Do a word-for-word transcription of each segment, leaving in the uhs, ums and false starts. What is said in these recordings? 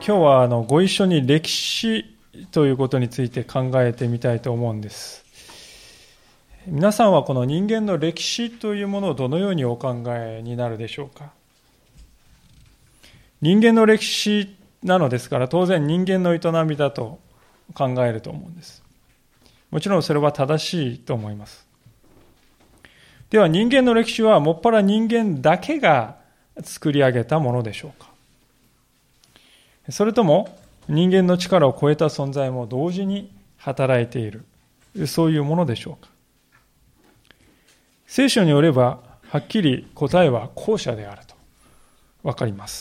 日はあのご一緒に歴史ということについて考えてみたいと思うんです。皆さんはこの人間の歴史というものをどのようにお考えになるでしょうか。人間の歴史なのですから当然人間の営みだと考えると思うんです。もちろんそれは正しいと思います。では人間の歴史はもっぱら人間だけが作り上げたものでしょうか。それとも人間の力を超えた存在も同時に働いている、そういうものでしょうか。聖書によればはっきり答えは後者であると分かります。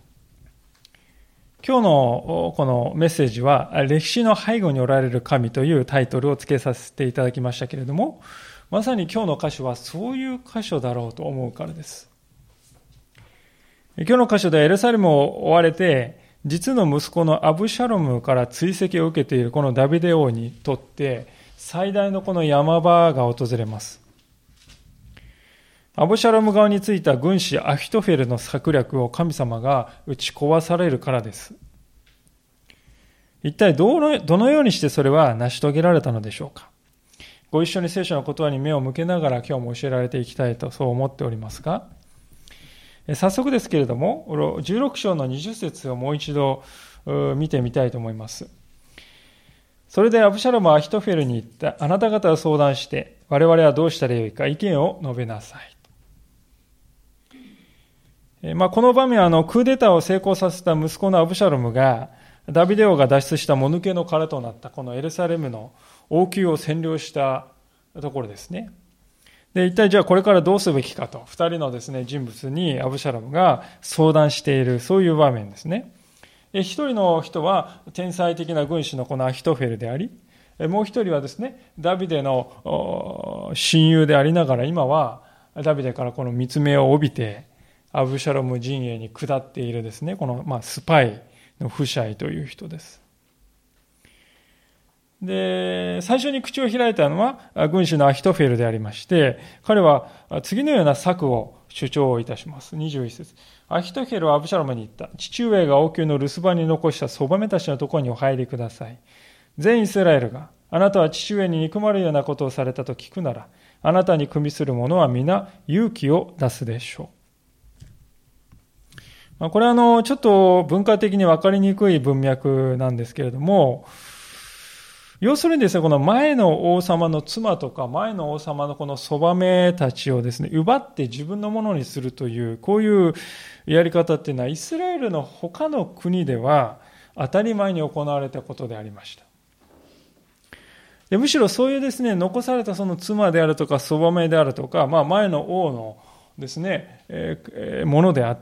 今日のこのメッセージは歴史の背後におられる神というタイトルを付けさせていただきましたけれども、まさに今日の箇所はそういう箇所だろうと思うからです。今日の箇所でエルサレムを追われて実の息子のアブシャロムから追跡を受けているこのダビデ王にとって最大のこの山場が訪れます。アブシャロム側についた軍師アヒトフェルの策略を神様が打ち壊されるからです。一体どの、どのようにしてそれは成し遂げられたのでしょうか。ご一緒に聖書の言葉に目を向けながら今日も教えられていきたいとそう思っておりますが、早速ですけれどもじゅうろく章のにじゅっ節をもう一度見てみたいと思います。それでアブシャロムはアヒトフェルに言った。あなた方は相談して我々はどうしたらよいか意見を述べなさい。まあ、この場面はあのクーデターを成功させた息子のアブシャロムがダビデ王が脱出したもぬけの殻となったこのエルサレムの王宮を占領したところですね。で、一体じゃあこれからどうすべきかと二人のですね人物にアブシャロムが相談している、そういう場面ですね。一人の人は天才的な軍師のこのアヒトフェルであり、もう一人はですねダビデの親友でありながら今はダビデからこの密命を帯びてアブシャロム陣営に下っているですねこのまあスパイのフシャイという人です。で、最初に口を開いたのは軍師のアヒトフェルでありまして、彼は次のような策を主張いたします。にじゅういち節。アヒトフェルはアブシャロムに言った。父上が王宮の留守番に残したそばめたちのところにお入りください。全イスラエルがあなたは父上に憎まれるようなことをされたと聞くなら、あなたに組みする者は皆勇気を出すでしょう。これはあのちょっと文化的に分かりにくい文脈なんですけれども、要するにですね、この前の王様の妻とか前の王様のこのそばめたちをですね、奪って自分のものにするという、こういうやり方っていうのはイスラエルの他の国では当たり前に行われたことでありました。でむしろそういうですね、残されたその妻であるとかそばめであるとか、まあ前の王のですね、えー、ものであった、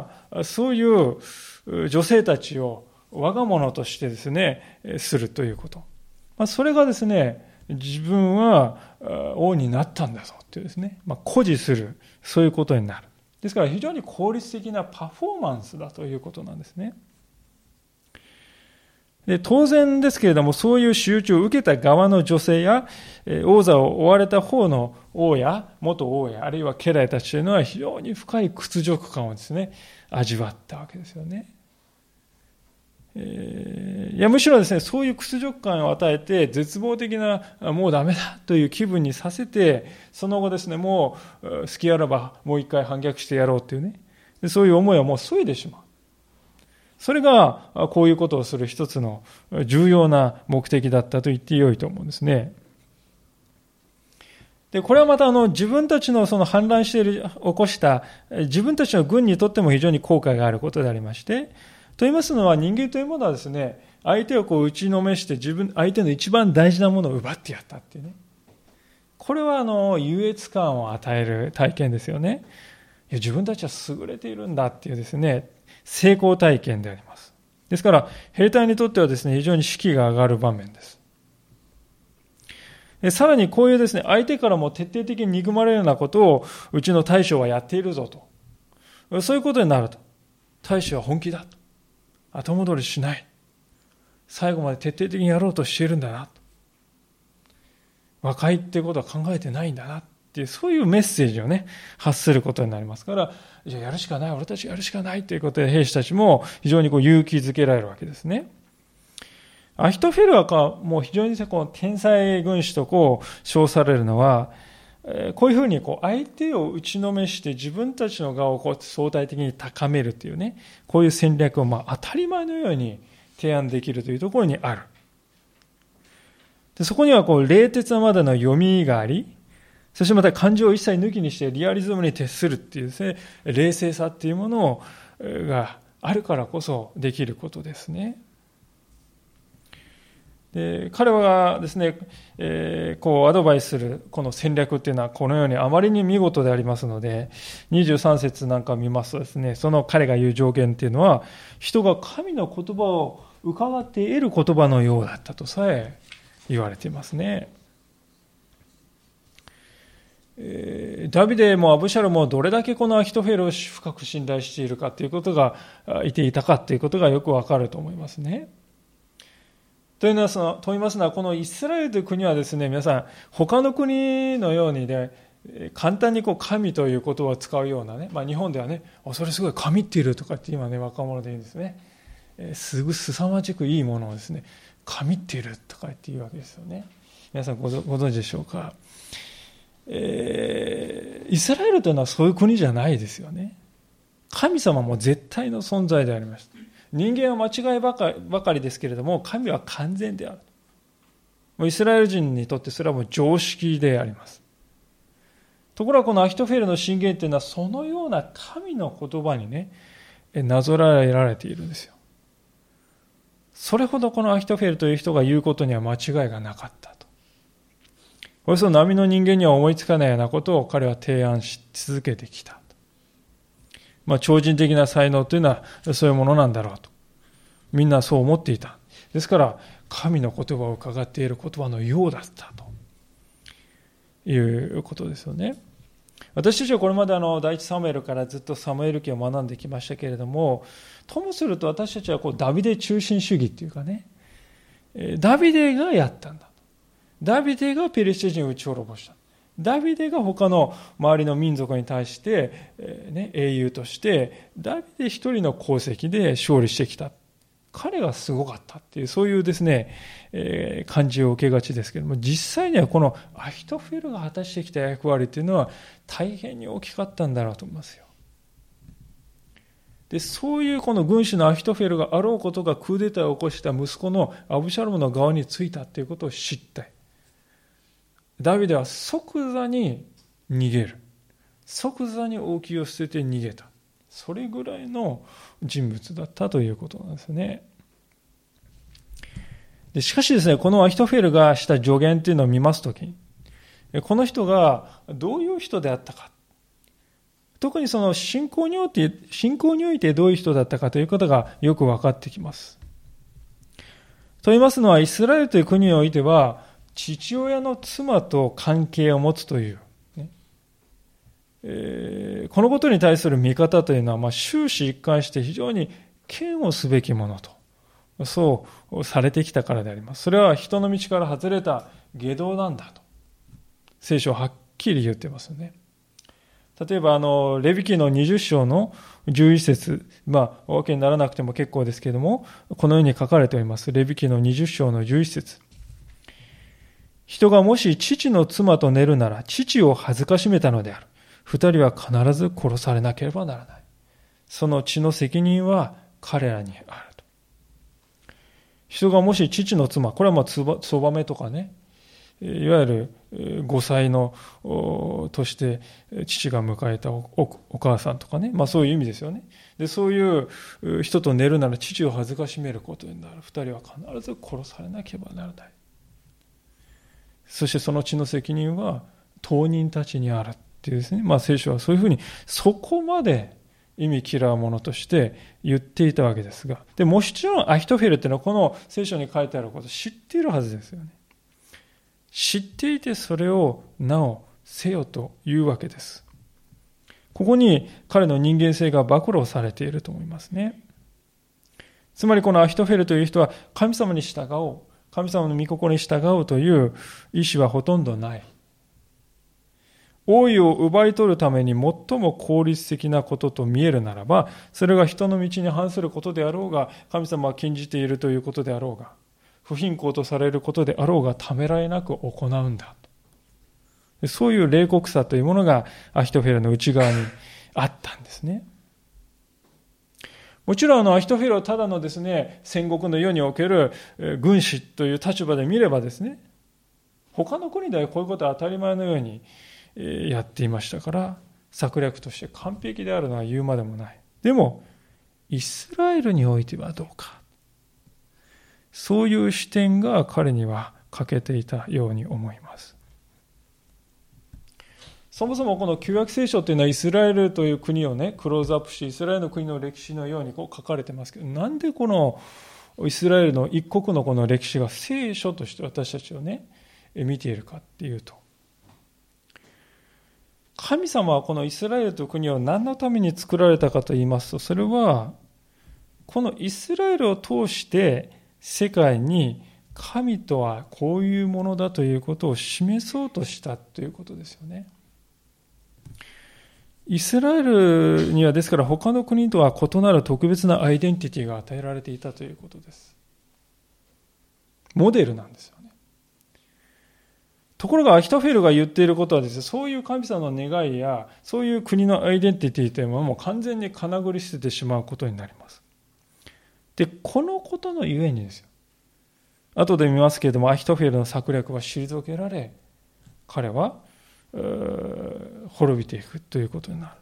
そういう女性たちを我が物としてですね、するということ。まあ、それがですね、自分は王になったんだぞっていうですね、まあ、誇示する、そういうことになる。ですから非常に効率的なパフォーマンスだということなんですね。で当然ですけれども、そういう仕打ちを受けた側の女性や、王座を追われた方の王や元王や、あるいは家来たちというのは非常に深い屈辱感をですね、味わったわけですよね。えー、いやむしろですね、そういう屈辱感を与えて絶望的なもうダメだという気分にさせて、その後ですね、もう好きあらばもう一回反逆してやろうというね、そういう思いはもう削いでしまう。それがこういうことをする一つの重要な目的だったと言ってよいと思うんですね。でこれはまたあの自分たちのその反乱している起こした自分たちの軍にとっても非常に後悔があることでありまして、と言いますのは、人間というものはですね、相手をこう打ちのめして自分相手の一番大事なものを奪ってやったっていうね、これはあの優越感を与える体験ですよね。いや自分たちは優れているんだっていうですね、成功体験であります。ですから兵隊にとってはですね、非常に士気が上がる場面です。さらにこういうですね、相手からも徹底的に憎まれるようなことをうちの大将はやっているぞと、そういうことになると、大将は本気だと、後戻りしない、最後まで徹底的にやろうとしているんだなと、和解っていうことは考えてないんだな、 っていう、そういうメッセージをね、発することになりますから、じゃあやるしかない、俺たちやるしかないということで、兵士たちも非常にこう勇気づけられるわけですね。アヒトフェルはもう非常にこう天才軍師とこう称されるのは、こういうふうにこう相手を打ちのめして自分たちの側をこう相対的に高めるというね、こういう戦略をまあ当たり前のように提案できるというところにある。でそこにはこう冷徹なまでの読みがあり、そしてまた感情を一切抜きにしてリアリズムに徹するっていうですね、冷静さっていうものがあるからこそできることですね。で彼はですね、えー、こうアドバイスするこの戦略っていうのはこのようにあまりに見事でありますので、にじゅうさん節なんか見ますとですね、その彼が言う条件っていうのは、人が神の言葉を伺って得る言葉のようだったとさえ言われていますね。えー、ダビデもアブシャロもどれだけこのアヒトフェルを深く信頼しているかということがいていたかということがよくわかると思いますね。というのは、その、と言いますのは、このイスラエルという国はですね、皆さん、他の国のようにね、簡単にこう神という言葉を使うようなね、まあ日本ではね、あ、それすごい神っているとかって今ね、若者で言うんですね。えー、すぐ凄まじくいいものをですね、神っているとかって言うわけですよね。皆さんご、ご存知でしょうか。えー、イスラエルというのはそういう国じゃないですよね。神様も絶対の存在でありました。人間は間違いばかり、ばかりですけれども、神は完全である。もうイスラエル人にとってそれはもう常識であります。ところがこのアヒトフェルの進言というのは、そのような神の言葉にね、なぞらえられているんですよ。それほどこのアヒトフェルという人が言うことには間違いがなかったと。およそ並の人間には思いつかないようなことを彼は提案し続けてきた。まあ、超人的な才能というのはそういうものなんだろうと。みんなそう思っていた。ですから、神の言葉を伺っている言葉のようだったということですよね。私たちはこれまであの第一サムエルからずっとサムエル記を学んできましたけれども、ともすると私たちはこうダビデ中心主義っていうかね、ダビデがやったんだ。ダビデがペリシテ人を打ち滅ぼした。ダビデが他の周りの民族に対して、えーね、英雄としてダビデ一人の功績で勝利してきた。彼がすごかったっていうそういうですね、えー、感じを受けがちですけれども、実際にはこのアヒトフェルが果たしてきた役割というのは大変に大きかったんだろうと思いますよ。で、そういうこの軍師のアヒトフェルがあろうことがクーデターを起こした息子のアブシャロムの側についたということを知って、ダビデは即座に逃げる。即座に王旗を捨てて逃げた。それぐらいの人物だったということなんですね。でしかしですね、このアヒトフェルがした助言というのを見ますとき、この人がどういう人であったか、特にその信仰において、信仰においてどういう人だったかということがよく分かってきます。と言いますのは、イスラエルという国においては、父親の妻と関係を持つという、ねえー、このことに対する見方というのは、まあ、終始一貫して非常に嫌悪すべきものと、そうされてきたからであります。それは人の道から外れた外道なんだと、聖書ははっきり言ってますよね。例えば、あの、レビ記のにじゅっ章のじゅういち節、まあ、お分けにならなくても結構ですけれども、このように書かれております。レビ記のにじゅっ章のじゅういち節。人がもし父の妻と寝るなら父を恥ずかしめたのである。二人は必ず殺されなければならない。その血の責任は彼らにあると。人がもし父の妻、これはまあそばめとかね、いわゆるごさいのとして父が迎えた お, お母さんとかね、まあそういう意味ですよね。で、そういう人と寝るなら父を恥ずかしめることになる。二人は必ず殺されなければならない。そしてその血の責任は当人たちにあるっていうですね、まあ聖書はそういうふうにそこまで意味嫌うものとして言っていたわけですが、でもちろんアヒトフェルっていうのはこの聖書に書いてあることを知っているはずですよね。知っていてそれをなおせよというわけです。ここに彼の人間性が暴露されていると思いますね。つまりこのアヒトフェルという人は神様に従おう、神様の御心に従うという意思はほとんどない。 王位を奪い取るために最も効率的なことと見えるならば、それが人の道に反することであろうが、神様は禁じているということであろうが、不貧困とされることであろうが、ためらいなく行うんだ。そういう冷酷さというものがアヒトフェルの内側にあったんですね。もちろんあのアヒトフェルはただのですね、戦国の世における軍師という立場で見ればですね、他の国ではこういうことは当たり前のようにやっていましたから、策略として完璧であるのは言うまでもない。でもイスラエルにおいてはどうか、そういう視点が彼には欠けていたように思います。そもそもこの旧約聖書というのはイスラエルという国をね、クローズアップし、イスラエルの国の歴史のようにこう書かれてますけど、なんでこのイスラエルの一国のこの歴史が聖書として私たちをね、見ているかっていうと、神様はこのイスラエルという国を何のために作られたかと言いますと、それはこのイスラエルを通して世界に神とはこういうものだということを示そうとしたということですよね。イスラエルにはですから他の国とは異なる特別なアイデンティティが与えられていたということです。モデルなんですよね。ところがアヒトフェルが言っていることはですね、そういう神様の願いやそういう国のアイデンティティというものも完全にかなぐり捨ててしまうことになります。で、このことのゆえにですよ、後で見ますけれども、アヒトフェルの策略は退けられ、彼は滅びていくということになる。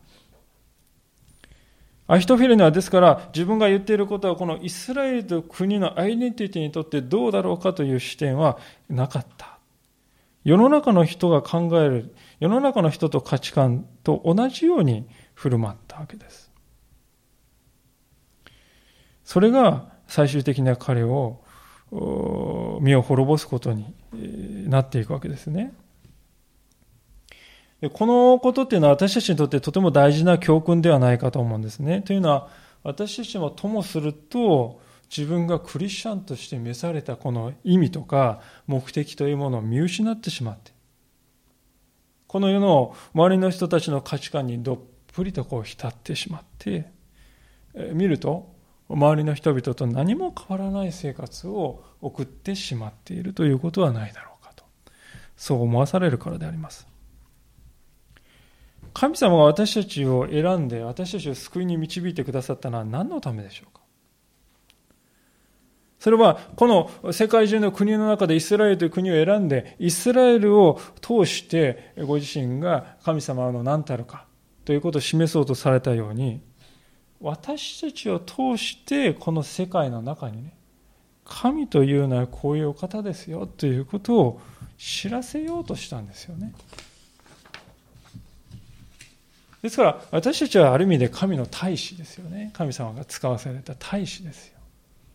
アヒトフェルにはですから自分が言っていることはこのイスラエルという国のアイデンティティにとってどうだろうかという視点はなかった。世の中の人が考える、世の中の人と価値観と同じように振る舞ったわけです。それが最終的には彼を身を滅ぼすことになっていくわけですね。このことっていうのは私たちにとってとても大事な教訓ではないかと思うんですね。というのは、私たちもともすると自分がクリスチャンとして召されたこの意味とか目的というものを見失ってしまって、この世の周りの人たちの価値観にどっぷりとこう浸ってしまって、見ると周りの人々と何も変わらない生活を送ってしまっているということはないだろうかと、そう思わされるからであります。神様が私たちを選んで私たちを救いに導いてくださったのは何のためでしょうか。それはこの世界中の国の中でイスラエルという国を選んで、イスラエルを通してご自身が神様の何たるかということを示そうとされたように、私たちを通してこの世界の中にね、神というのはこういうお方ですよということを知らせようとしたんですよね。ですから私たちはある意味で神の大使ですよね。神様が使わされた大使ですよ。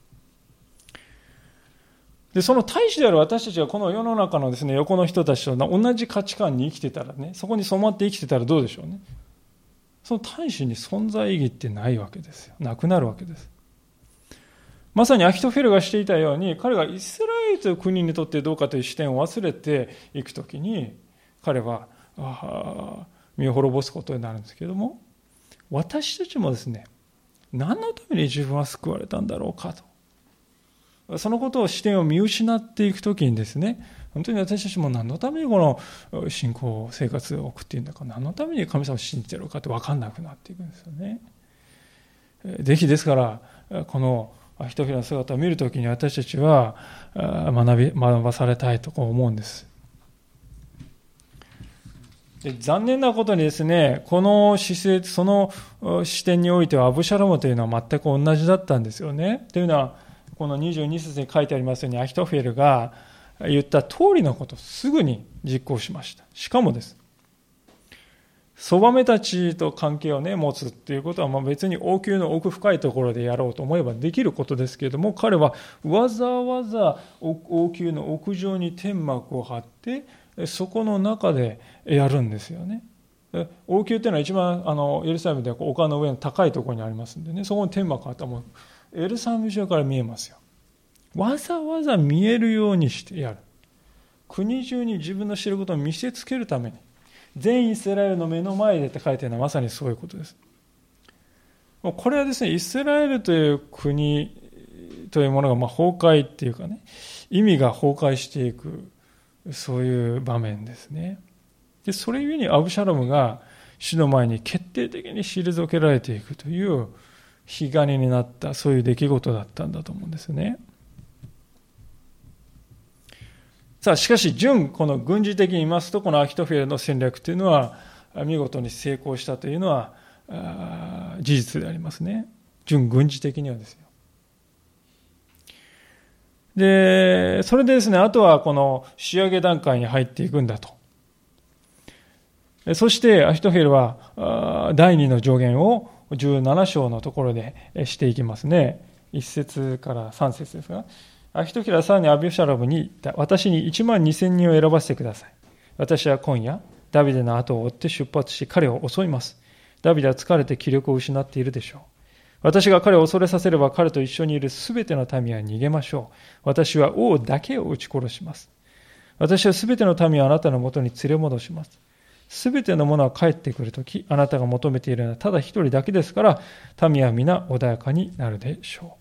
で、その大使である私たちがこの世の中のですね、横の人たちと同じ価値観に生きてたらね、そこに染まって生きてたらどうでしょうね。その大使に存在意義ってないわけですよ。なくなるわけです。まさにアヒトフェルがしていたように、彼がイスラエルという国にとってどうかという視点を忘れていくときに、彼はあ身を滅ぼすことになるんですけれども、私たちもですね、何のために自分は救われたんだろうかと、そのことを視点を見失っていくときにですね、本当に私たちも何のためにこの信仰生活を送っているんだか、何のために神様を信じているのかって分かんなくなっていくんですよね。ぜひですからこのアヒトフェルの姿を見るときに私たちは学び学ばされたいと思うんです。で、残念なことにですね、この姿勢、その視点においてはアブシャロムというのは全く同じだったんですよね。というのはこのにじゅうに節に書いてありますように、アヒトフェルが言った通りのことをすぐに実行しました。しかもです、そばめたちと関係をね持つっていうことは、まあ別に王宮の奥深いところでやろうと思えばできることですけれども、彼はわざわざ王宮の屋上に天幕を張ってそこの中でやるんですよね。王宮っていうのは一番あのエルサレムでは丘の上の高いところにありますんでね、そこに天幕があったらもうエルサレム上から見えますよ。わざわざ見えるようにしてやる。国中に自分の知ることを見せつけるために、 全イスラエルの目の前でって書いてあるのはまさにそういうことです。これはですね、イスラエルという国というものがまあ崩壊っていうかね、意味が崩壊していく、そういう場面ですね。で、それゆえにアブシャロムが主の前に決定的に退けられていくという引き金になった、そういう出来事だったんだと思うんですね。さあ、しかし、純、この軍事的に言いますと、このアヒトフェルの戦略というのは、見事に成功したというのは、事実でありますね。純軍事的にはですよ。で、それでですね、あとはこの仕上げ段階に入っていくんだと。そして、アヒトフェルは、第二の助言をじゅうなな章のところでしていきますね。いち節からさん節ですが、アヒトフェルはさらにアビシャロムに言った。私にいちまんにせんにんを選ばせてください。私は今夜、ダビデの後を追って出発し、彼を襲います。ダビデは疲れて気力を失っているでしょう。私が彼を恐れさせれば、彼と一緒にいるすべての民は逃げましょう。私は王だけを撃ち殺します。私はすべての民をあなたのもとに連れ戻します。すべてのものは帰ってくるとき、あなたが求めているのはただ一人だけですから、民は皆穏やかになるでしょ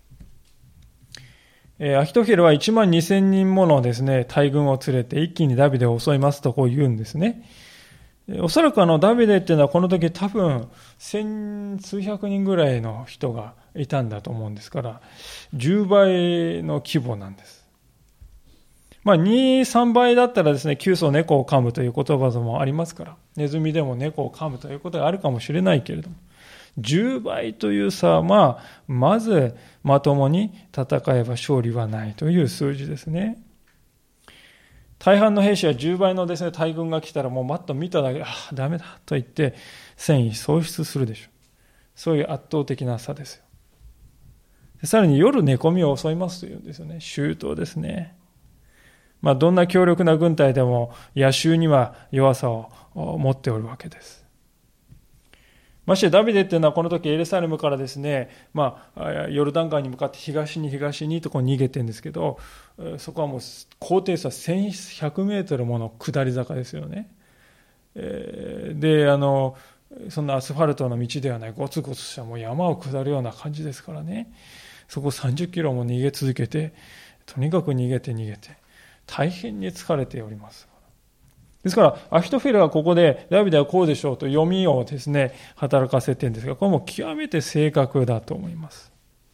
う。えー、アヒトフェルはいちまんにせんにんものですね、大軍を連れて一気にダビデを襲いますとこう言うんですね。おそらくあのダビデっていうのはこの時多分千数百人ぐらいの人がいたんだと思うんですから、じゅうばいの規模なんです。まあに、さんばいだったらですね、窮鼠猫を噛むという言葉もありますから、ネズミでも猫を噛むということがあるかもしれないけれども、じゅうばいという差は、まあ、まずまともに戦えば勝利はないという数字ですね。大半の兵士はじゅうばいのですね、大軍が来たらもうマッと見ただけで、ああ、ダメだと言って戦意喪失するでしょう。そういう圧倒的な差ですよ。さらに夜寝込みを襲いますというんですよね。周到ですね。まあ、どんな強力な軍隊でも野襲には弱さを持っておるわけです。ましてダビデっていうのはこの時エルサレムからですね、まあ、ヨルダン川に向かって東に東にとこう逃げてるんですけど、そこはもう高低差せんひゃくメートルもの下り坂ですよね。で、あの、そんなアスファルトの道ではないゴツゴツしたもう山を下るような感じですからね。そこさんじゅっキロも逃げ続けて、とにかく逃げて逃げて、大変に疲れております。ですから、アヒトフェルはここで、ダビデはこうでしょうと読みをですね、働かせてるんですが、これも極めて正確だと思います。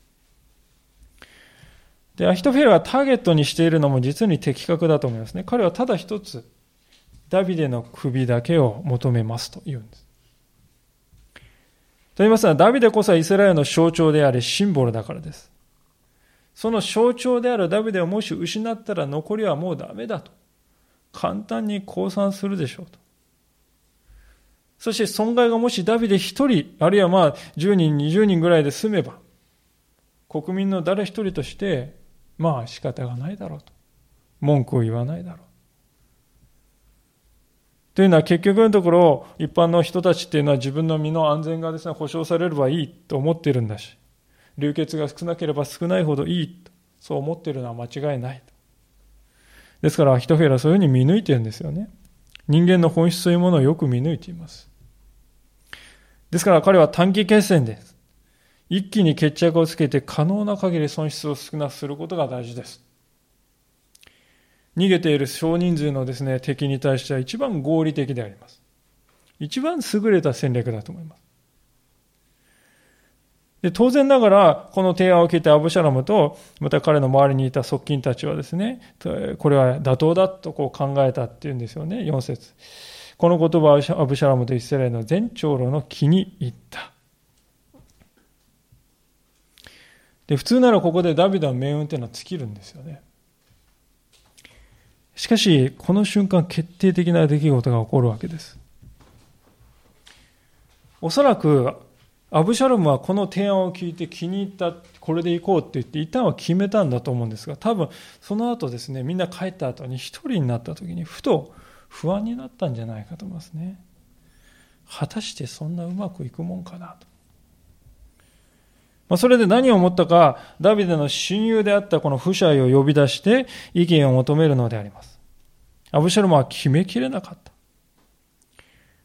で、アヒトフェルはターゲットにしているのも実に的確だと思いますね。彼はただ一つ、ダビデの首だけを求めますと言うんです。と言いますのは、ダビデこそはイスラエルの象徴であり、シンボルだからです。その象徴であるダビデをもし失ったら残りはもうダメだと。簡単に降参するでしょうと。そして損害がもしダビデ一人、あるいはまあじゅうにん、にじゅうにんぐらいで済めば、国民の誰一人として、まあ仕方がないだろうと。文句を言わないだろう。というのは結局のところ、一般の人たちっていうのは自分の身の安全がですね、保障されればいいと思っているんだし、流血が少なければ少ないほどいいと、そう思っているのは間違いない。ですからアヒトフェルはそういうふうに見抜いているんですよね。人間の本質というものをよく見抜いています。ですから彼は短期決戦です。一気に決着をつけて可能な限り損失を少なくすることが大事です。逃げている少人数のですね、敵に対しては一番合理的であります。一番優れた戦略だと思います。で当然ながら、この提案を聞いたアブシャロムと、また彼の周りにいた側近たちはですね、これは妥当だとこう考えたっていうんですよね、よん節。この言葉はアブシャロムとイスラエルの全長老の気に入った。で、普通ならここでダビデの命運というのは尽きるんですよね。しかし、この瞬間、決定的な出来事が起こるわけです。おそらく、アブシャロムはこの提案を聞いて気に入った、これで行こうって言って一旦は決めたんだと思うんですが、多分その後ですね、みんな帰った後に一人になった時にふと不安になったんじゃないかと思いますね。果たしてそんなうまくいくもんかなと。まあ、それで何を思ったか、ダビデの親友であったこのフシャイを呼び出して意見を求めるのであります。アブシャロムは決めきれなかった。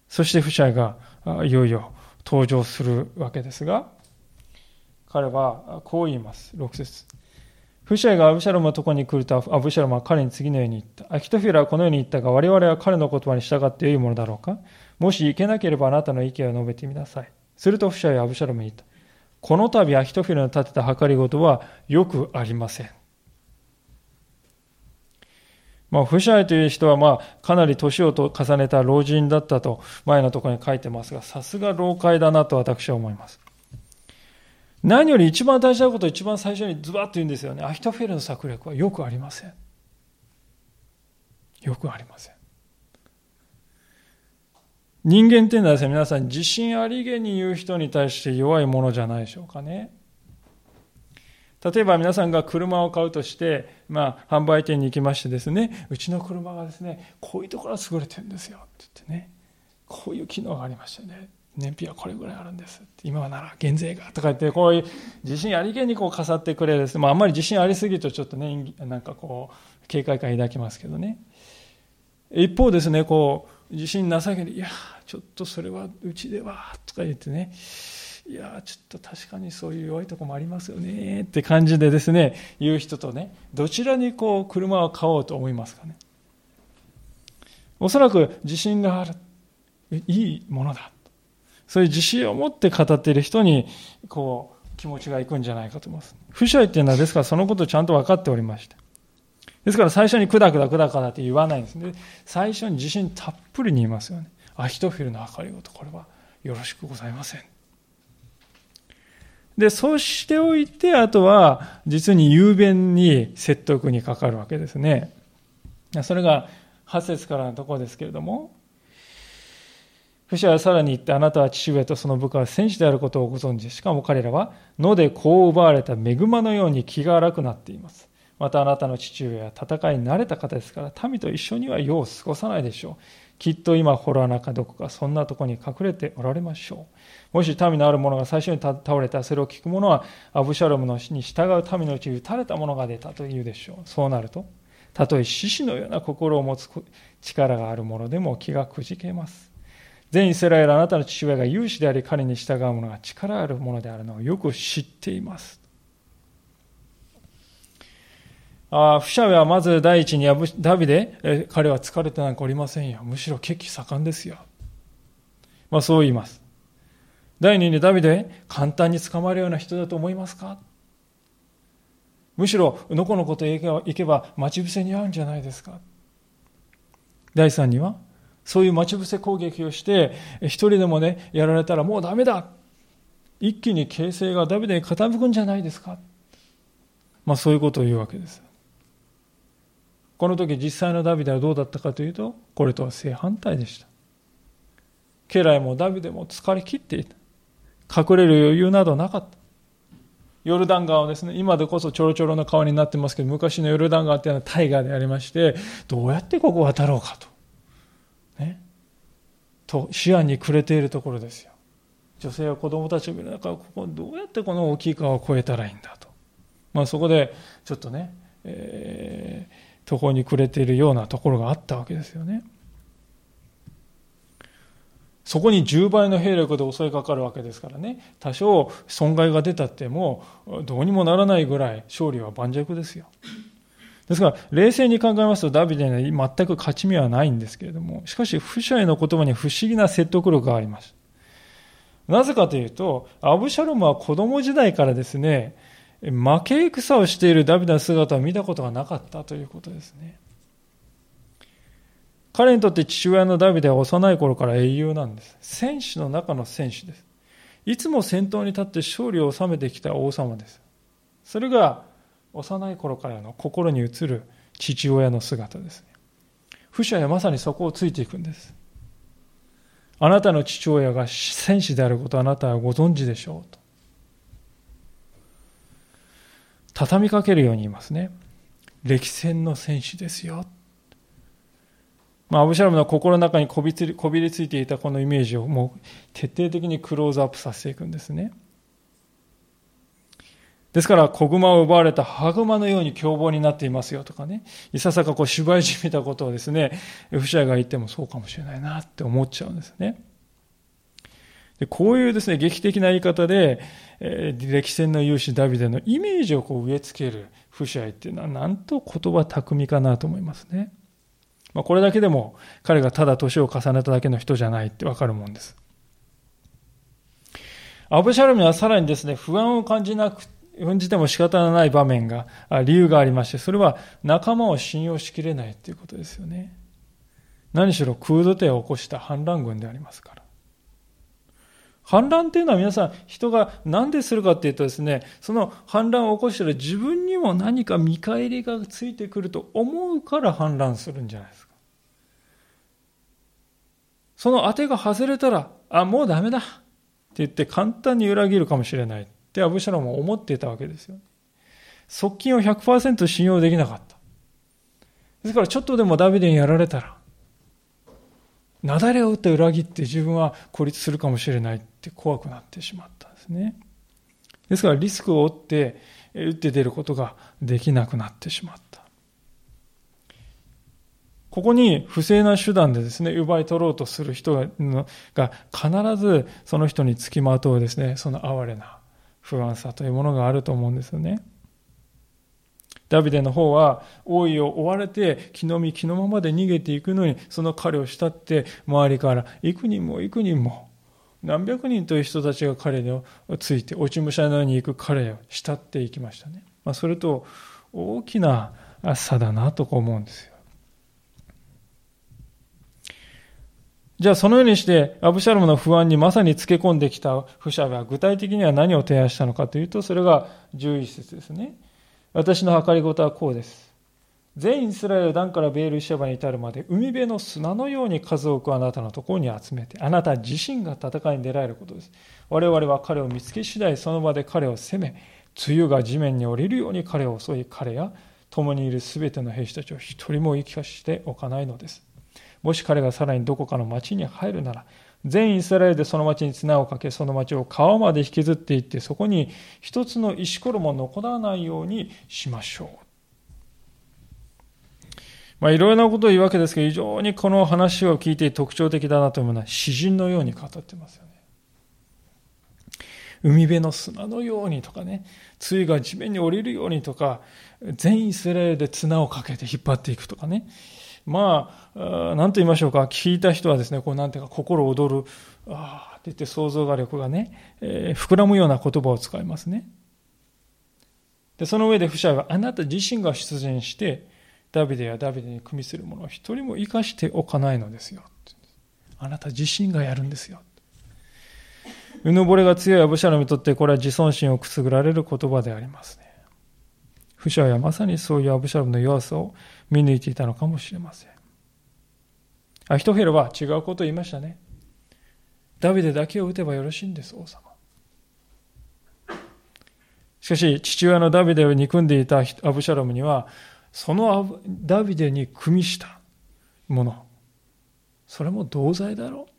そしてフシャイがいよいよ登場するわけですが、彼はこう言います。ろく節。フシャイがアブシャロムのところに来ると、アブシャロムは彼に次のように言った。アキトフェルはこのように言ったが、我々は彼の言葉に従って良いものだろうか。もしいけなければあなたの意見を述べてみなさい。するとフシャイはアブシャロムに言った。この度アキトフェルの立てた計りごとはよくありません。まあ、フシャイという人はまあかなり年を重ねた老人だったと前のところに書いてますが、さすが老快だなと私は思います。何より一番大事なことを一番最初にズバッと言うんですよね。アヒトフェルの策略はよくありません。よくありません。人間っていうのはですね、皆さん自信ありげに言う人に対して弱いものじゃないでしょうかね。例えば皆さんが車を買うとして、まあ、販売店に行きましてですね、うちの車がですね、こういうところが優れてるんですよって言ってね、こういう機能がありましてね、燃費はこれぐらいあるんです。今はなら減税がとか言って、こういう自信ありげにこう飾ってくれるですね。まあ、あんまり自信ありすぎるとちょっとね、なんかこう、警戒感抱きますけどね。一方ですね、こう、自信なさげに、いや、ちょっとそれはうちでは、とか言ってね、いや、ちょっと確かにそういう弱いところもありますよね、って感じでですね、言う人とね、どちらにこう、車を買おうと思いますかね。おそらく自信がある。いいものだ。そういう自信を持って語っている人に、こう、気持ちがいくんじゃないかと思います。フシャイっていうのは、ですからそのことをちゃんと分かっておりました。ですから最初にくだくだくだくだって言わないんですね。最初に自信たっぷりに言いますよね。アヒトフェルの計りごと、これはよろしくございません。で、そうしておいて、あとは、実に雄弁に説得にかかるわけですね。それがはち節からのところですけれども、フシャはさらに言って、あなたは父上とその部下は戦士であることをご存知。しかも彼らは野で子を奪われた恵まのように気が荒くなっています。またあなたの父上は戦いに慣れた方ですから、民と一緒には世を過ごさないでしょう。きっと今、洞穴かどこかそんなところに隠れておられましょう。もし民のある者が最初に倒れた、それを聞く者は、アブシャロムの死に従う民のうちに撃たれた者が出たと言うでしょう。そうなると、たとえ獅子のような心を持つ力がある者でも気がくじけます。全イスラエル、あなたの父親が勇士であり、彼に従う者が力ある者であるのをよく知っています。ああ、フシャイはまず第一にダビデ、え彼は疲れてなんかおりませんよ。むしろ血気盛んですよ。まあそう言います。第二にダビデ、簡単に捕まるような人だと思いますか？むしろ、のこのこと行けば待ち伏せに遭うんじゃないですか？第三には、そういう待ち伏せ攻撃をして、一人でもね、やられたらもうダメだ。一気に形勢がダビデに傾くんじゃないですか？まあそういうことを言うわけです。この時実際のダビデはどうだったかというと、これとは正反対でした。家来もダビデも疲れ切っていた。隠れる余裕などなかった。ヨルダン川をですね、今でこそちょろちょろの川になってますけど、昔のヨルダン川っていうのは大河でありまして、どうやってここを渡ろうかと。ね。と、思案に暮れているところですよ。女性や子供たちを見る中、ここどうやってこの大きい川を越えたらいいんだと。まあそこで、ちょっとね、えー途方に暮れているようなところがあったわけですよね。そこにじゅうばいの兵力で襲いかかるわけですからね、多少損害が出たってもどうにもならないぐらい勝利は盤石ですよ。ですから冷静に考えますとダビデには全く勝ち目はないんですけれども、しかしフシャイの言葉に不思議な説得力があります。なぜかというと、アブシャロムは子供時代からですね、負け戦をしているダビデの姿を見たことがなかったということですね。彼にとって父親のダビデは幼い頃から英雄なんです。戦士の中の戦士です。いつも先頭に立って勝利を収めてきた王様です。それが幼い頃からの心に映る父親の姿ですね。フシャイはまさにそこをついていくんです。あなたの父親が戦士であることをあなたはご存知でしょうと。畳みかけるように言いますね。歴戦の戦士ですよ。まあ、アブシャロムの心の中にこびつり、こびりついていたこのイメージをもう徹底的にクローズアップさせていくんですね。 ですから、子熊を奪われた母熊のように凶暴になっていますよとかね、いささかこう芝居じみたことをですね、フシャイが言ってもそうかもしれないなって思っちゃうんですね。でこういうですね、劇的な言い方で、えー、歴戦の勇士ダビデのイメージをこう植え付けるフシャイっていうのは、なんと言葉巧みかなと思いますね。まあ、これだけでも彼がただ年を重ねただけの人じゃないってわかるもんです。アブシャロムにはさらにですね、不安を感じなく感じても仕方のない場面が、理由がありまして、それは仲間を信用しきれないということですよね。何しろクーデターを起こした反乱軍でありますから。反乱っていうのは皆さん、人が何でするかっていうとですね、その反乱を起こしたら自分にも何か見返りがついてくると思うから反乱するんじゃないですか。その当てが外れたら、あ、もうダメだって言って簡単に裏切るかもしれないってアブシャロムは思っていたわけですよ。側近を ひゃくパーセント 信用できなかった。ですからちょっとでもダビデにやられたら、雪崩を打って裏切って自分は孤立するかもしれないって怖くなってしまったんですね。ですからリスクを負って打って出ることができなくなってしまった。ここに不正な手段でですね、奪い取ろうとする人が必ずその人につきまとうですね、その哀れな不安さというものがあると思うんですよね。ダビデの方は王位を追われて気の身気のままで逃げていくのに、その彼を慕って周りから幾人も幾人も何百人という人たちが彼について落ち武者のように行く彼を慕っていきましたね。まあ、それと大きな差だなと思うんですよ。じゃあそのようにしてアブシャロムの不安にまさにつけ込んできたフシャイは具体的には何を提案したのかというと、それがじゅういっ節ですね。私の計りごとはこうです。全イスラエルダンからベールシェバに至るまで海辺の砂のように数多くあなたのところに集めて、あなた自身が戦いに出られることです。我々は彼を見つけ次第その場で彼を攻め、梅雨が地面に降りるように彼を襲い、彼や共にいるすべての兵士たちを一人も生きかしておかないのです。もし彼がさらにどこかの町に入るなら、全イスラエルでその町に綱をかけ、その町を川まで引きずっていって、そこに一つの石ころも残らないようにしましょう。まあ、いろいろなことを言うわけですけど、非常にこの話を聞いて特徴的だなと思うのは、詩人のように語ってますよね。海辺の砂のようにとかね、露が地面に降りるようにとか、全イスラエルで綱をかけて引っ張っていくとかね。まあ、何と言いましょうか、聞いた人はですね、こうなんていうか心躍る、ああって言って想像が力がね、えー、膨らむような言葉を使いますね。で、その上でフシャイはあなた自身が出陣して、ダビデやダビデに組みするものを一人も生かしておかないのですよ。あなた自身がやるんですよ。うぬぼれが強いアブシャロムにとってこれは自尊心をくすぐられる言葉でありますね。フシャイはまさにそういうアブシャロムの弱さを見抜いていたのかもしれません。アヒトフェルは違うことを言いましたね。ダビデだけを撃てばよろしいんです、王様。しかし父親のダビデを憎んでいたアブシャロムには、そのダビデに組みしたもの、それも同罪だろう。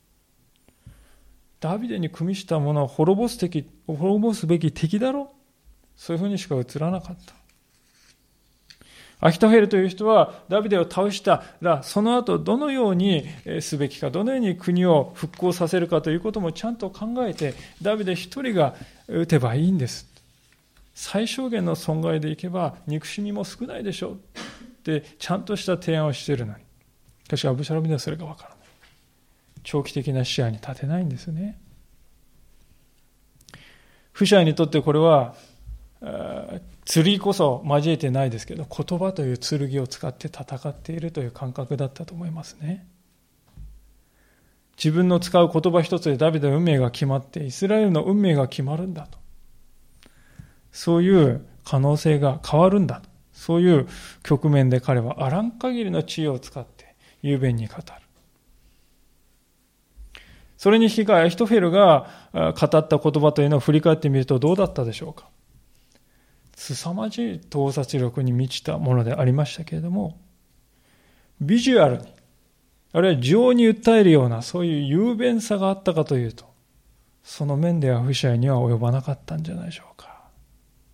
ダビデに組みしたものを滅ぼす敵、滅ぼすべき敵だろう。そういうふうにしか映らなかった。アヒトフェルという人はダビデを倒したら、その後どのようにすべきか、どのように国を復興させるかということもちゃんと考えて、ダビデ一人が撃てばいいんです。最小限の損害でいけば憎しみも少ないでしょうってちゃんとした提案をしているのに、しかしアブシャロムにはそれがわからない。長期的な視野に立てないんですね。フシャイにとってこれは剣こそ交えてないですけど、言葉という剣を使って戦っているという感覚だったと思いますね。自分の使う言葉一つでダビデの運命が決まって、イスラエルの運命が決まるんだと。そういう可能性が変わるんだと。そういう局面で彼はあらん限りの知恵を使って雄弁に語る。それに引き換えアヒトフェルが語った言葉というのを振り返ってみるとどうだったでしょうか。凄まじい洞察力に満ちたものでありましたけれども、ビジュアルに、あるいは情に訴えるようなそういう雄弁さがあったかというと、その面ではフシャイには及ばなかったんじゃないでしょうか。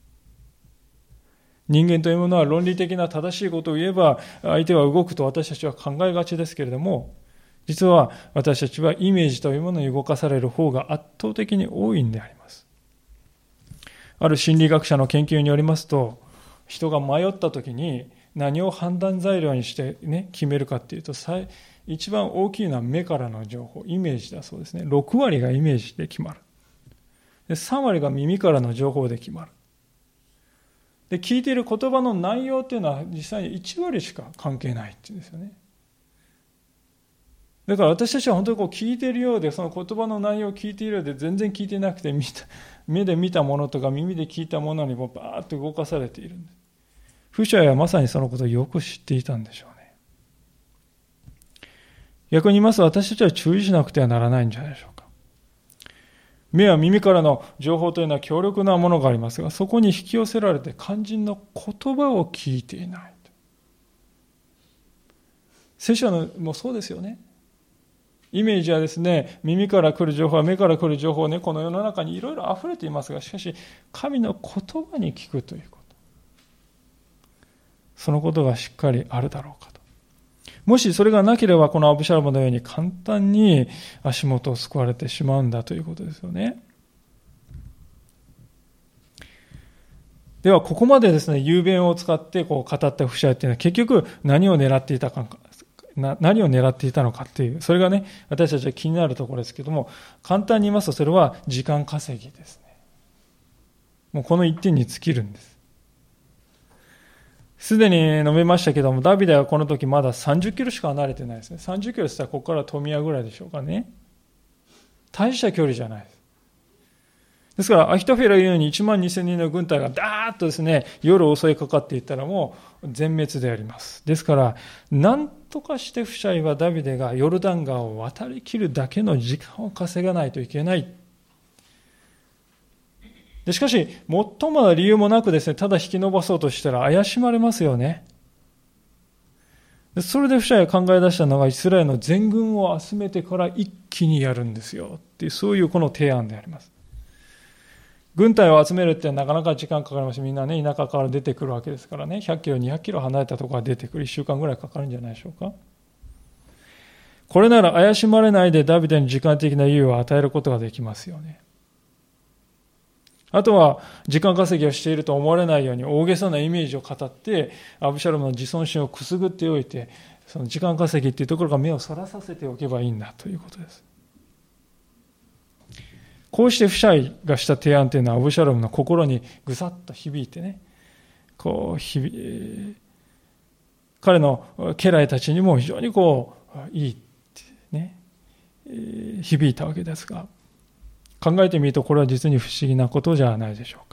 人間というものは論理的な正しいことを言えば相手は動くと私たちは考えがちですけれども、実は私たちはイメージというものに動かされる方が圧倒的に多いんであります。ある心理学者の研究によりますと、人が迷った時に何を判断材料にしてね、決めるかっていうと、一番大きいのは目からの情報、イメージだそうですね。ろくわりがイメージで決まる。でさんわりが耳からの情報で決まる。で、聞いている言葉の内容っていうのは実際にいちわりしか関係ないっていうんですよね。だから私たちは本当にこう聞いているようで、その言葉の内容を聞いているようで全然聞いてなくて、見た目で見たものとか耳で聞いたものにもバーッと動かされているんです。フシャイはまさにそのことをよく知っていたんでしょうね。逆に言いますと、私たちは注意しなくてはならないんじゃないでしょうか。目は耳からの情報というのは強力なものがありますが、そこに引き寄せられて肝心の言葉を聞いていない。聖書のもそうですよね。イメージはですね、耳から来る情報は目から来る情報ね、この世の中にいろいろ溢れていますが、しかし神の言葉に聞くということ、そのことがしっかりあるだろうかと。もしそれがなければ、このアブシャロムのように簡単に足元を救われてしまうんだということですよね。ではここまでですね、雄弁を使ってこう語ったフシャイというのは結局何を狙っていたか何を狙っていたのかっていう、それがね、私たちは気になるところですけども、簡単に言いますとそれは時間稼ぎですね。もうこの一点に尽きるんです。すでに述べましたけども、ダビデはこの時まださんじゅっキロしか離れてないですね。さんじゅっキロって言ったらここから富谷ぐらいでしょうかね。大した距離じゃないです。ですからアヒトフェルが言うようにいちまんにせんにんの軍隊がダーッとですね、夜襲いかかっていったらもう全滅であります。ですから何とかしてフシャイはダビデがヨルダン川を渡りきるだけの時間を稼がないといけない。でしかし最も理由もなくですね、ただ引き延ばそうとしたら怪しまれますよね。でそれでフシャイが考え出したのが、イスラエルの全軍を集めてから一気にやるんですよっていう、そういうこの提案であります。軍隊を集めるってなかなか時間かかります。みんなね、田舎から出てくるわけですからね、ひゃっキロにひゃっキロ離れたところから出てくる、いっしゅうかんぐらいかかるんじゃないでしょうか。これなら怪しまれないでダビデに時間的な猶予を与えることができますよね。あとは時間稼ぎをしていると思われないように大げさなイメージを語ってアブシャロムの自尊心をくすぐっておいて、その時間稼ぎっていうところが目をそらさせておけばいいんだということです。こうしてフシャイがした提案というのはアブシャロムの心にぐさっと響いてね、こう響、えー、彼の家来たちにも非常にこういいってね、えー、響いたわけですが、考えてみるとこれは実に不思議なことじゃないでしょうか。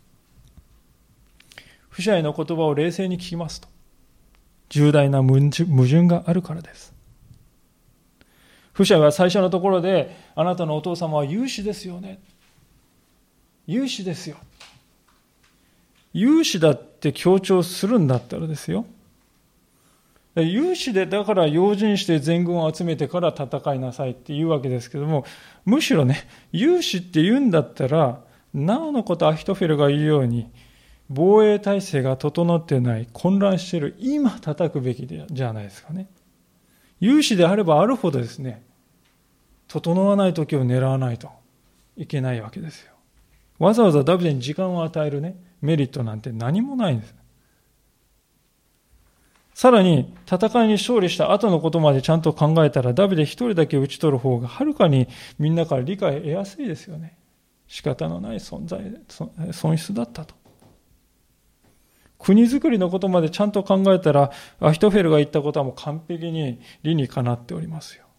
フシャイの言葉を冷静に聞きますと、重大な矛盾があるからです。フシャイは最初のところで、あなたのお父様は勇士ですよね。勇士ですよ。勇士だって強調するんだったらですよ。勇士でだから用心して全軍を集めてから戦いなさいって言うわけですけども、むしろね、勇士って言うんだったら、なおのことアヒトフェルが言うように、防衛体制が整ってない、混乱している、今叩くべきじゃないですかね。勇士であればあるほどですね、整わない時を狙わないといけないわけですよ。わざわざダビデに時間を与えるね、メリットなんて何もないんです。さらに戦いに勝利した後のことまでちゃんと考えたら、ダビデ一人だけ討ち取る方がはるかにみんなから理解得やすいですよね。仕方のない存在、損失だったと。国づくりのことまでちゃんと考えたら、アヒトフェルが言ったことはもう完璧に理にかなっておりますよ。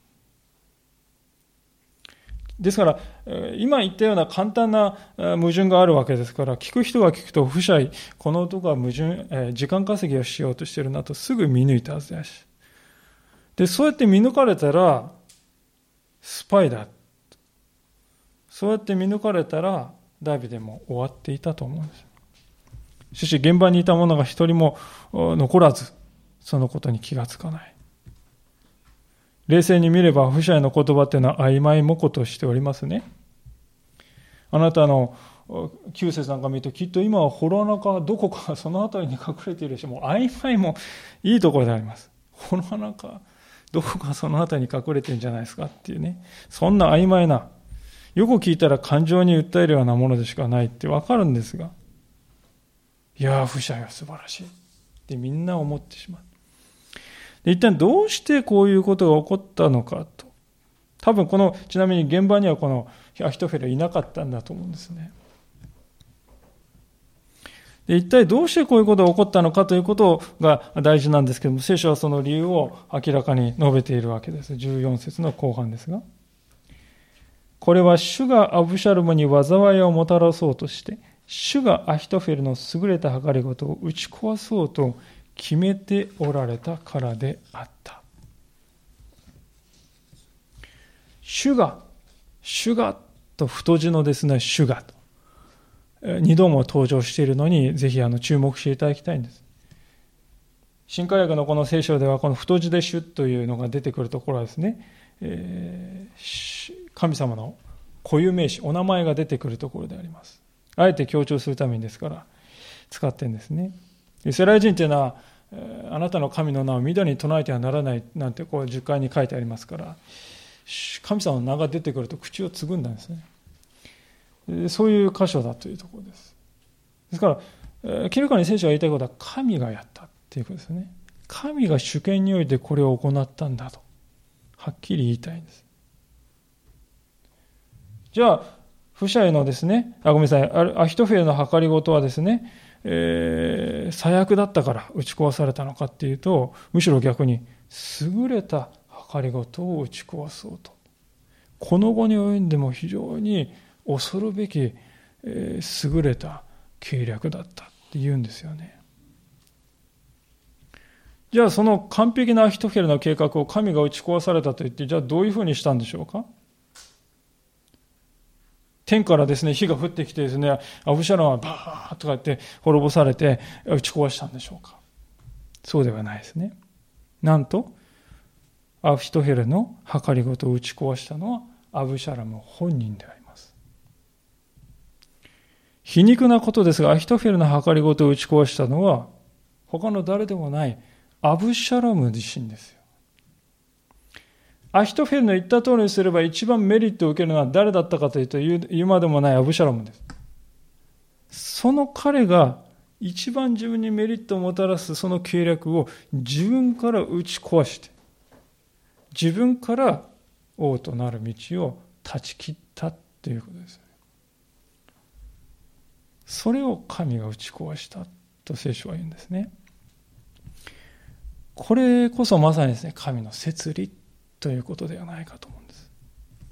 ですから今言ったような簡単な矛盾があるわけですから、聞く人が聞くとフシャイ、この男は矛盾、時間稼ぎをしようとしているなとすぐ見抜いたはずだし、でそうやって見抜かれたらスパイだ、そうやって見抜かれたらダビデも終わっていたと思うんです。しかし現場にいた者が一人も残らず、そのことに気がつかない。冷静に見ればフシャイの言葉というのは曖昧模糊としておりますね。あなたのきゅう節なんか見ると、きっと今は洞穴かどこかその辺りに隠れているし、もう曖昧もいいところであります。洞穴かどこかその辺りに隠れてるんじゃないですかっていうね。そんな曖昧な、よく聞いたら感情に訴えるようなものでしかないってわかるんですが、いやー、フシャイは素晴らしいってみんな思ってしまう。で、一体どうしてこういうことが起こったのかと。多分この、ちなみに現場にはこのアヒトフェルはいなかったんだと思うんですね。で、一体どうしてこういうことが起こったのかということが大事なんですけども、聖書はその理由を明らかに述べているわけです。じゅうよん節の後半ですが。これは主がアブシャロムに災いをもたらそうとして、主がアヒトフェルの優れた計りごとを打ち壊そうと決めておられたからであった。主が、主がと太字のですね、主がと。二度も登場しているのに、ぜひあの注目していただきたいんです。新海訳のこの聖書では、この太字で主というのが出てくるところはですね、えー、神様の固有名詞、お名前が出てくるところであります。あえて強調するためにですから使ってるんですね。イスラエル人というのは、あなたの神の名を乱に唱えてはならないなんてこうじゅっかいに書いてありますから、神様の名が出てくると口をつぐんだんですね。そういう箇所だというところです。ですから、明らかに聖書が言いたいことは神がやったということですね。神が主権においてこれを行ったんだと、はっきり言いたいんです。じゃあ、フシャイのですね、あ、ごめんなさい、アヒトフェルの計りごとはですね、えー、最悪だったから打ち壊されたのかっていうと、むしろ逆に優れた計りごとを打ち壊そうと。この後に及んでも非常に恐るべき、えー、優れた計略だったって言うんですよね。じゃあその完璧なアヒトフェルの計画を神が打ち壊されたと言って、じゃあどういうふうにしたんでしょうか。天からですね、火が降ってきてですね、アブシャロンはバーッとか言って滅ぼされて打ち壊したんでしょうか。そうではないですね。なんと、アヒトフェルの計りごとを打ち壊したのはアブシャロム本人であります。皮肉なことですが、アヒトフェルの計りごとを打ち壊したのは他の誰でもないアブシャロム自身ですよ。アヒトフェルの言った通りにすれば一番メリットを受けるのは誰だったかというと、言うまでもないアブシャロムです。その彼が一番自分にメリットをもたらすその計略を自分から打ち壊して、自分から王となる道を断ち切ったということです。それを神が打ち壊したと聖書は言うんですね。これこそまさにですね、神の摂理ということではないかと思うんです。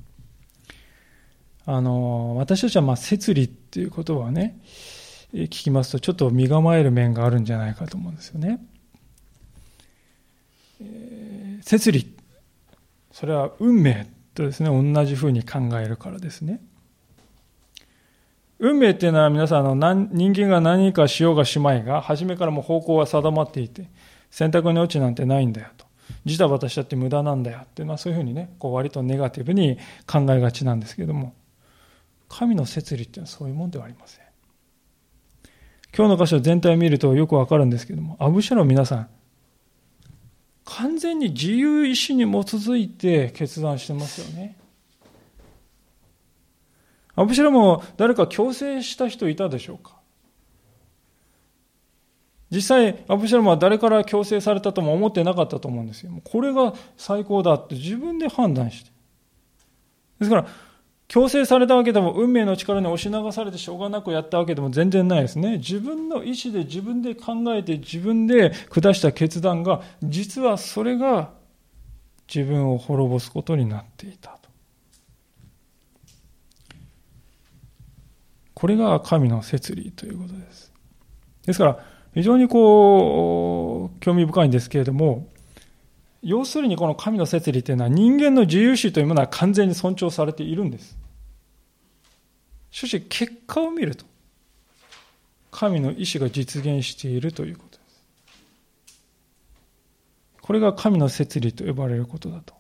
あの私たちはまあ摂理っていう言葉をね聞きますとちょっと身構える面があるんじゃないかと思うんですよね。えー、摂理、それは運命とですね同じふうに考えるからですね。運命っていうのは皆さんあの人間が何かしようがしまいが初めからもう方向は定まっていて選択の余地なんてないんだよと、ジタバタしたって無駄なんだよっていうのはそういうふうにねこう割とネガティブに考えがちなんですけれども、神の摂理っていうのはそういうもんではありません。今日の箇所全体を見るとよくわかるんですけれども、アブシャロン皆さん完全に自由意志に基づいて決断してますよね。アブシャロンも誰か強制した人いたでしょうか。実際アブシャロンは誰から強制されたとも思ってなかったと思うんですよ。これが最高だって自分で判断して、ですから強制されたわけでも運命の力に押し流されてしょうがなくやったわけでも全然ないですね。自分の意思で自分で考えて自分で下した決断が実はそれが自分を滅ぼすことになっていたと。これが神の摂理ということです。ですから非常にこう興味深いんですけれども、要するにこの神の摂理というのは人間の自由意志というものは完全に尊重されているんです。しかし結果を見ると神の意志が実現しているということです。これが神の摂理と呼ばれることだと。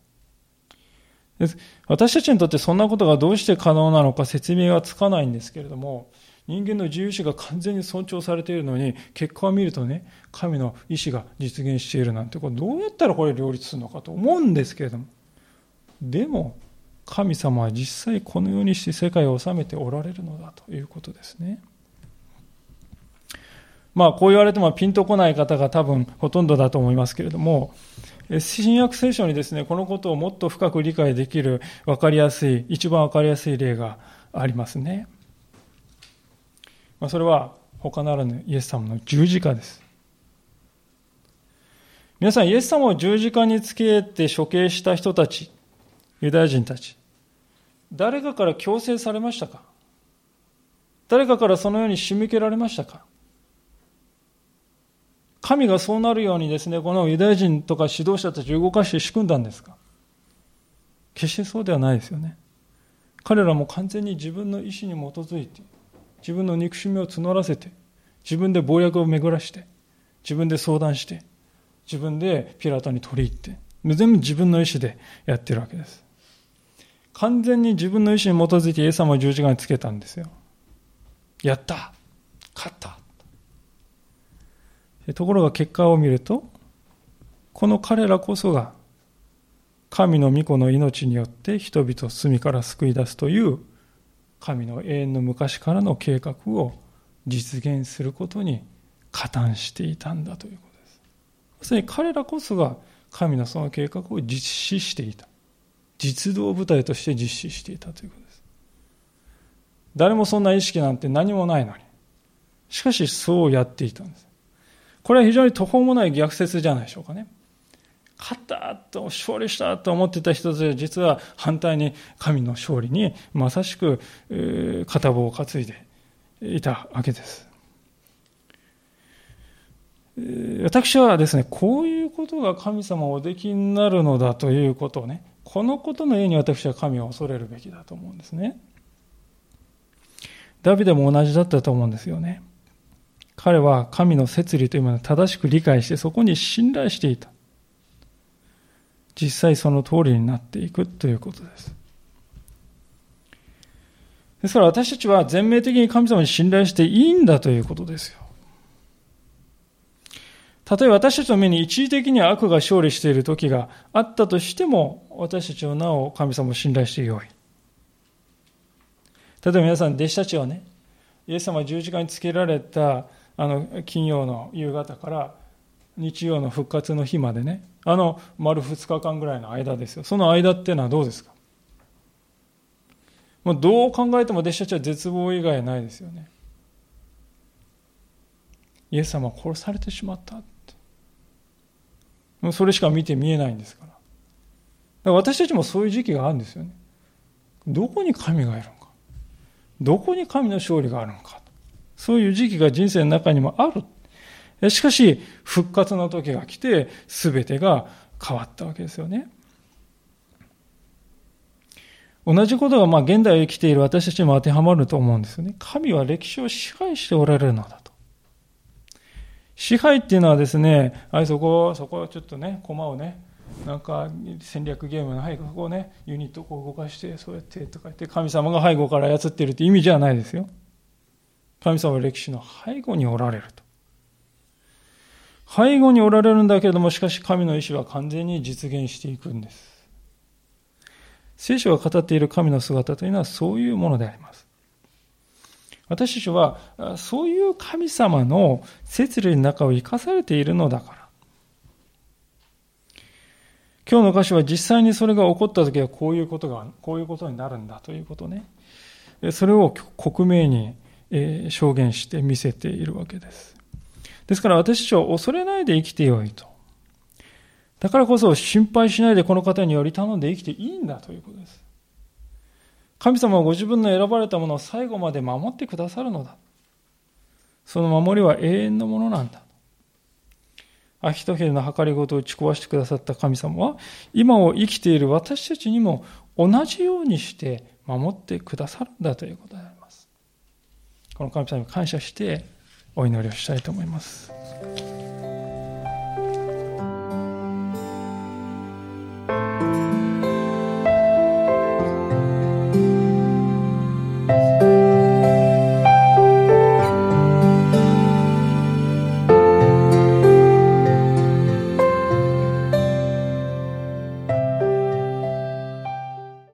です。私たちにとってそんなことがどうして可能なのか説明はつかないんですけれども、 人間の自由意志が完全に尊重されているのに、結果を見るとね、神の意志が実現しているなんて、これどうやったらこれ両立するのかと思うんですけれども、でも神様は実際このようにして世界を治めておられるのだということですね。まあこう言われてもピンとこない方が多分ほとんどだと思いますけれども、新約聖書にですね、このことをもっと深く理解できる分かりやすい、一番分かりやすい例がありますね。それは他ならぬイエス様の十字架です。皆さん、イエス様を十字架につけて処刑した人たち、ユダヤ人たち、誰かから強制されましたか？誰かからそのように仕向けられましたか？神がそうなるようにですね、このユダヤ人とか指導者たちを動かして仕組んだんですか？決してそうではないですよね。彼らも完全に自分の意思に基づいて、自分の憎しみを募らせて、自分で謀略を巡らして、自分で相談して、自分でピラトに取り入って、全部自分の意思でやってるわけです。完全に自分の意思に基づいてイエス様を十字架につけたんですよ。やった、勝った。ところが結果を見ると、この彼らこそが神の御子の命によって人々を罪から救い出すという神の永遠の昔からの計画を実現することに加担していたんだということです。まさに彼らこそが神のその計画を実施していた。実動部隊として実施していたということです。誰もそんな意識なんて何もないのに。しかしそうやっていたんです。これは非常に途方もない逆説じゃないでしょうかね。勝ったと勝利したと思ってた人たちは実は反対に神の勝利にまさしく片棒を担いでいたわけです。私はですね、こういうことが神様をおできになるのだということをね、このことの上に私は神を恐れるべきだと思うんですね。ダビデも同じだったと思うんですよね。彼は神の摂理というものを正しく理解してそこに信頼していた。実際その通りになっていくということです。ですから私たちは全面的に神様に信頼していいんだということですよ。たとえ私たちの目に一時的には悪が勝利している時があったとしても、私たちはなお神様を信頼してよい。例えば皆さん、弟子たちはね、イエス様は十字架につけられたあの金曜の夕方から日曜の復活の日までね、あの丸ふつかかんぐらいの間ですよ。その間っていうのはどうですか？もうどう考えても弟子たちは絶望以外ないですよね。イエス様は殺されてしまったって。もうそれしか見て見えないんですから。だから私たちもそういう時期があるんですよね。どこに神がいるのか。どこに神の勝利があるのか。そういう時期が人生の中にもある。しかし、復活の時が来て、すべてが変わったわけですよね。同じことが、まあ、現代を生きている私たちにも当てはまると思うんですよね。神は歴史を支配しておられるのだと。支配っていうのはですね、あれそこ、そこはちょっとね、駒をね、なんか戦略ゲームの背後こうね、ユニットをこう動かして、そうやってとか言って、神様が背後から操っているという意味じゃないですよ。神様は歴史の背後におられると。背後におられるんだけれども、しかし神の意志は完全に実現していくんです。聖書が語っている神の姿というのはそういうものであります。私たちはそういう神様の摂理の中を生かされているのだから。今日の箇所は実際にそれが起こったときはこういうことが、こういうことになるんだということね。それを克明に証言して見せているわけです。ですから私たちは恐れないで生きてよいと。だからこそ心配しないでこの方により頼んで生きていいんだということです。神様はご自分の選ばれたものを最後まで守ってくださるのだ。その守りは永遠のものなんだ。アヒトフェルの計りごとを打ち壊してくださった神様は今を生きている私たちにも同じようにして守ってくださるんだということであります。この神様に感謝してお祈りをしたいと思います。